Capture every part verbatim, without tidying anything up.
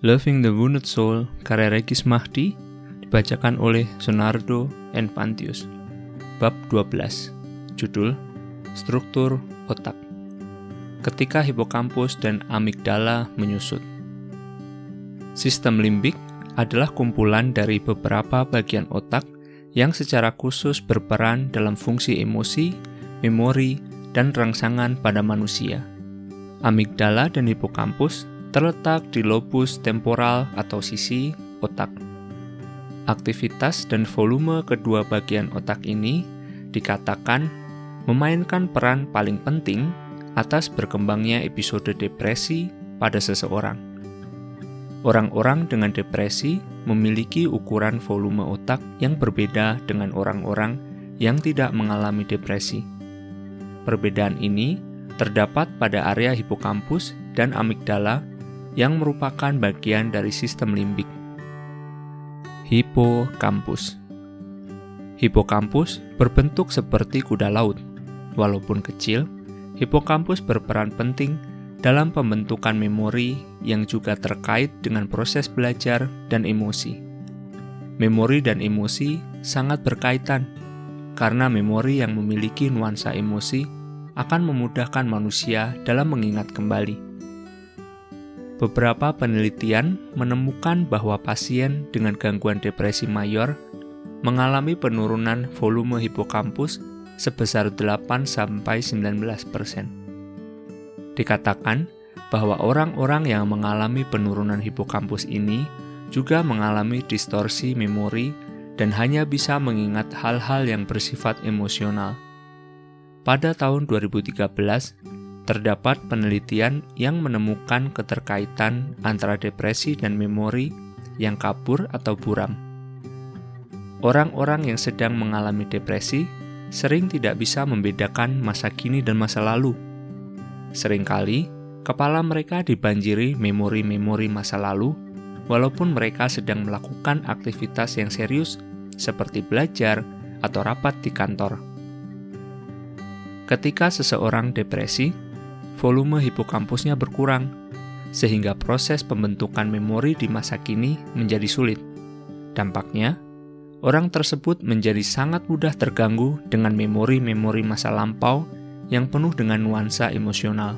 Loving the Wounded Soul karya Regis Mahdi dibacakan oleh Sonardo Enfantius. Bab dua belas. Judul Struktur Otak. Ketika hipokampus dan amigdala menyusut. Sistem limbik adalah kumpulan dari beberapa bagian otak yang secara khusus berperan dalam fungsi emosi, memori, dan rangsangan pada manusia. Amigdala dan hipokampus terletak di lobus temporal atau sisi otak. Aktivitas dan volume kedua bagian otak ini dikatakan memainkan peran paling penting atas berkembangnya episode depresi pada seseorang. Orang-orang dengan depresi memiliki ukuran volume otak yang berbeda dengan orang-orang yang tidak mengalami depresi. Perbedaan ini terdapat pada area hipokampus dan amigdala yang merupakan bagian dari sistem limbik. Hipokampus. Hipokampus berbentuk seperti kuda laut. Walaupun kecil, hipokampus berperan penting dalam pembentukan memori yang juga terkait dengan proses belajar dan emosi. Memori dan emosi sangat berkaitan, karena memori yang memiliki nuansa emosi akan memudahkan manusia dalam mengingat kembali. Beberapa penelitian menemukan bahwa pasien dengan gangguan depresi mayor mengalami penurunan volume hipokampus sebesar delapan sampai sembilan belas persen. Dikatakan bahwa orang-orang yang mengalami penurunan hipokampus ini juga mengalami distorsi memori dan hanya bisa mengingat hal-hal yang bersifat emosional. Pada tahun dua ribu tiga belas, terdapat penelitian yang menemukan keterkaitan antara depresi dan memori yang kabur atau buram. Orang-orang yang sedang mengalami depresi sering tidak bisa membedakan masa kini dan masa lalu. Seringkali, kepala mereka dibanjiri memori-memori masa lalu, walaupun mereka sedang melakukan aktivitas yang serius seperti belajar atau rapat di kantor. Ketika seseorang depresi, volume hipokampusnya berkurang, sehingga proses pembentukan memori di masa kini menjadi sulit. Dampaknya, orang tersebut menjadi sangat mudah terganggu dengan memori-memori masa lampau yang penuh dengan nuansa emosional.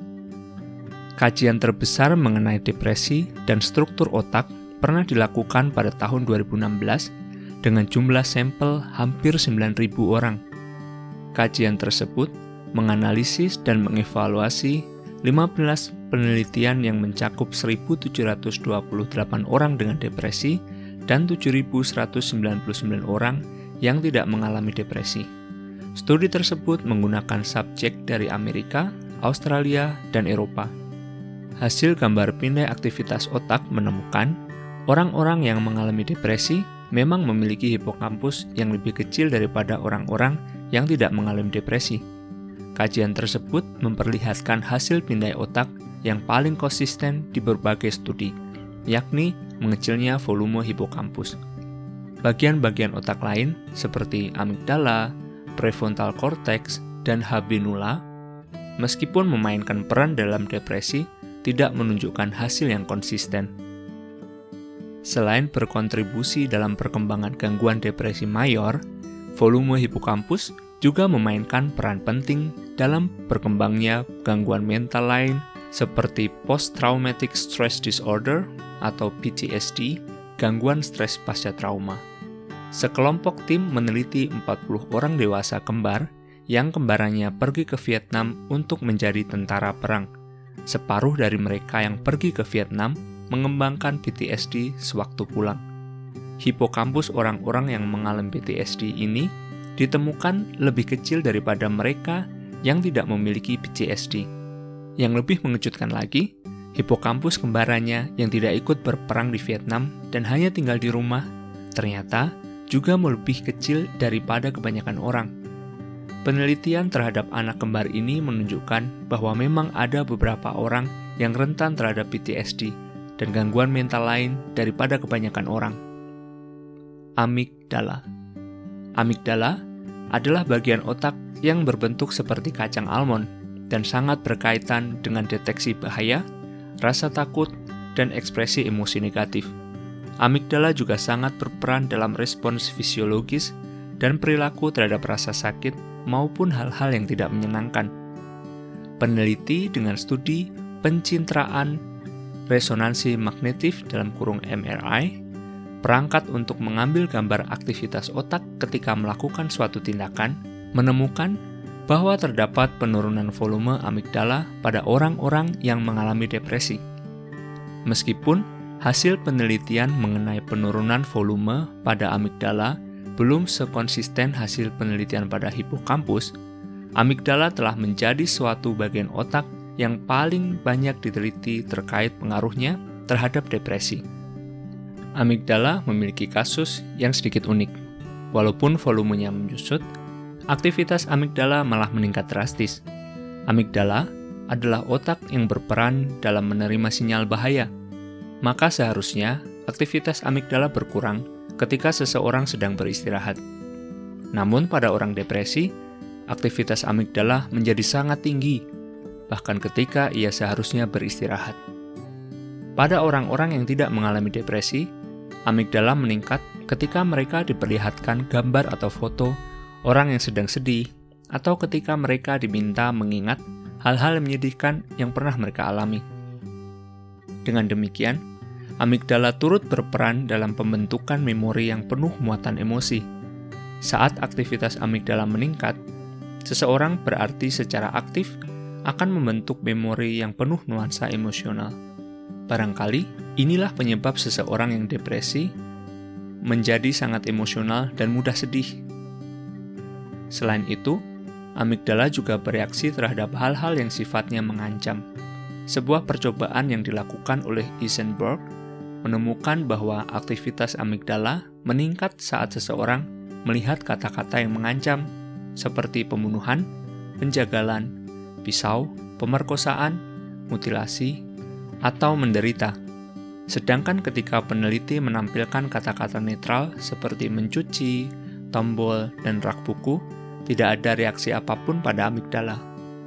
Kajian terbesar mengenai depresi dan struktur otak pernah dilakukan pada tahun dua ribu enam belas dengan jumlah sampel hampir sembilan ribu orang. Kajian tersebut menganalisis dan mengevaluasi lima belas penelitian yang mencakup seribu tujuh ratus dua puluh delapan orang dengan depresi dan tujuh ribu seratus sembilan puluh sembilan orang yang tidak mengalami depresi. Studi tersebut menggunakan subjek dari Amerika, Australia, dan Eropa. Hasil gambar pindai aktivitas otak menemukan orang-orang yang mengalami depresi memang memiliki hipokampus yang lebih kecil daripada orang-orang yang tidak mengalami depresi. Kajian tersebut memperlihatkan hasil pindai otak yang paling konsisten di berbagai studi, yakni mengecilnya volume hipokampus. Bagian-bagian otak lain seperti amigdala, prefrontal cortex, dan habenula, meskipun memainkan peran dalam depresi, tidak menunjukkan hasil yang konsisten. Selain berkontribusi dalam perkembangan gangguan depresi mayor, volume hipokampus juga memainkan peran penting dalam berkembangnya gangguan mental lain seperti Post-Traumatic Stress Disorder atau P T S D, gangguan stres pasca trauma. Sekelompok tim meneliti empat puluh orang dewasa kembar yang kembarannya pergi ke Vietnam untuk menjadi tentara perang. Separuh dari mereka yang pergi ke Vietnam mengembangkan P T S D sewaktu pulang. Hipokampus orang-orang yang mengalami P T S D ini ditemukan lebih kecil daripada mereka yang tidak memiliki P T S D. Yang lebih mengejutkan lagi, hipokampus kembarannya yang tidak ikut berperang di Vietnam dan hanya tinggal di rumah, ternyata juga lebih kecil daripada kebanyakan orang. Penelitian terhadap anak kembar ini menunjukkan bahwa memang ada beberapa orang yang rentan terhadap P T S D dan gangguan mental lain daripada kebanyakan orang. Amigdala. Amigdala adalah bagian otak yang berbentuk seperti kacang almond dan sangat berkaitan dengan deteksi bahaya, rasa takut, dan ekspresi emosi negatif. Amigdala juga sangat berperan dalam respons fisiologis dan perilaku terhadap rasa sakit maupun hal-hal yang tidak menyenangkan. Peneliti dengan studi pencitraan resonansi magnetif dalam kurung M R I, perangkat untuk mengambil gambar aktivitas otak ketika melakukan suatu tindakan, menemukan bahwa terdapat penurunan volume amigdala pada orang-orang yang mengalami depresi. Meskipun hasil penelitian mengenai penurunan volume pada amigdala belum sekonsisten hasil penelitian pada hipokampus, amigdala telah menjadi suatu bagian otak yang paling banyak diteliti terkait pengaruhnya terhadap depresi. Amigdala memiliki kasus yang sedikit unik. Walaupun volumenya menyusut, aktivitas amigdala malah meningkat drastis. Amigdala adalah otak yang berperan dalam menerima sinyal bahaya. Maka seharusnya aktivitas amigdala berkurang ketika seseorang sedang beristirahat. Namun pada orang depresi, aktivitas amigdala menjadi sangat tinggi, bahkan ketika ia seharusnya beristirahat. Pada orang-orang yang tidak mengalami depresi, amigdala meningkat ketika mereka diperlihatkan gambar atau foto orang yang sedang sedih, atau ketika mereka diminta mengingat hal-hal yang menyedihkan yang pernah mereka alami. Dengan demikian, amigdala turut berperan dalam pembentukan memori yang penuh muatan emosi. Saat aktivitas amigdala meningkat, seseorang berarti secara aktif akan membentuk memori yang penuh nuansa emosional. Barangkali inilah penyebab seseorang yang depresi menjadi sangat emosional dan mudah sedih. Selain itu, amigdala juga bereaksi terhadap hal-hal yang sifatnya mengancam. Sebuah percobaan yang dilakukan oleh Eisenberg menemukan bahwa aktivitas amigdala meningkat saat seseorang melihat kata-kata yang mengancam, seperti pembunuhan, penjagalan, pisau, pemerkosaan, mutilasi, atau menderita. Sedangkan ketika peneliti menampilkan kata-kata netral seperti mencuci, tombol, dan rak buku, tidak ada reaksi apapun pada amigdala.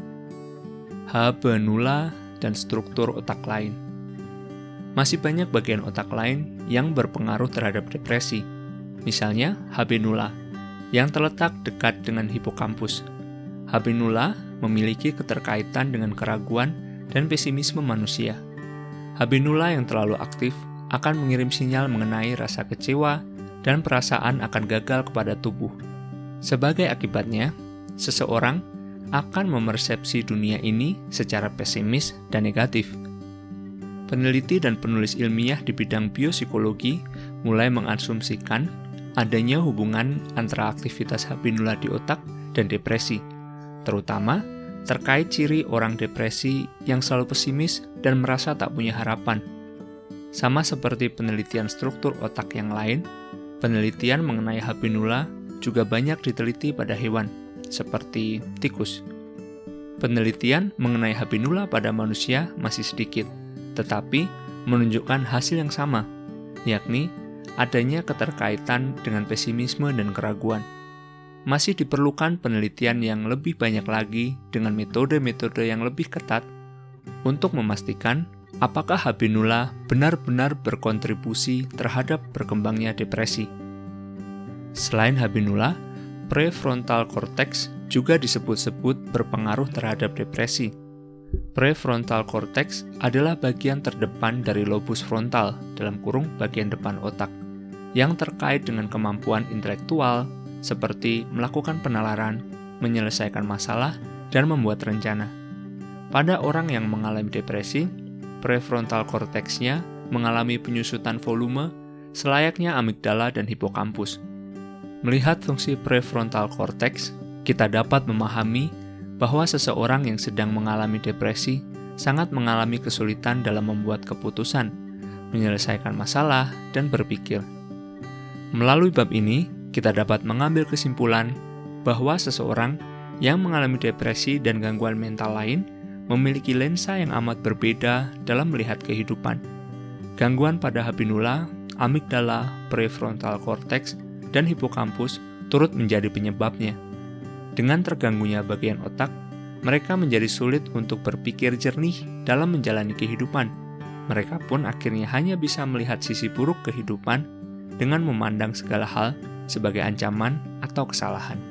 Habenula dan struktur otak lain. Masih banyak bagian otak lain yang berpengaruh terhadap depresi. Misalnya, habenula, yang terletak dekat dengan hipokampus. Habenula memiliki keterkaitan dengan keraguan dan pesimisme manusia. Habenula yang terlalu aktif akan mengirim sinyal mengenai rasa kecewa dan perasaan akan gagal kepada tubuh. Sebagai akibatnya, seseorang akan memersepsi dunia ini secara pesimis dan negatif. Peneliti dan penulis ilmiah di bidang biopsikologi mulai mengasumsikan adanya hubungan antara aktivitas habenula di otak dan depresi, terutama terkait ciri orang depresi yang selalu pesimis dan merasa tak punya harapan. Sama seperti penelitian struktur otak yang lain, penelitian mengenai habenula juga banyak diteliti pada hewan, seperti tikus. Penelitian mengenai habenula pada manusia masih sedikit, tetapi menunjukkan hasil yang sama, yakni adanya keterkaitan dengan pesimisme dan keraguan. Masih diperlukan penelitian yang lebih banyak lagi dengan metode-metode yang lebih ketat untuk memastikan apakah habenula benar-benar berkontribusi terhadap berkembangnya depresi. Selain habenula, prefrontal cortex juga disebut-sebut berpengaruh terhadap depresi. Prefrontal cortex adalah bagian terdepan dari lobus frontal dalam kurung bagian depan otak yang terkait dengan kemampuan intelektual seperti melakukan penalaran, menyelesaikan masalah, dan membuat rencana. Pada orang yang mengalami depresi, prefrontal cortex-nya mengalami penyusutan volume selayaknya amigdala dan hipokampus. Melihat fungsi prefrontal cortex, kita dapat memahami bahwa seseorang yang sedang mengalami depresi sangat mengalami kesulitan dalam membuat keputusan, menyelesaikan masalah, dan berpikir. Melalui bab ini, kita dapat mengambil kesimpulan bahwa seseorang yang mengalami depresi dan gangguan mental lain memiliki lensa yang amat berbeda dalam melihat kehidupan. Gangguan pada habenula, amigdala, prefrontal cortex, dan hipokampus turut menjadi penyebabnya. Dengan terganggunya bagian otak, mereka menjadi sulit untuk berpikir jernih dalam menjalani kehidupan. Mereka pun akhirnya hanya bisa melihat sisi buruk kehidupan dengan memandang segala hal sebagai ancaman atau kesalahan.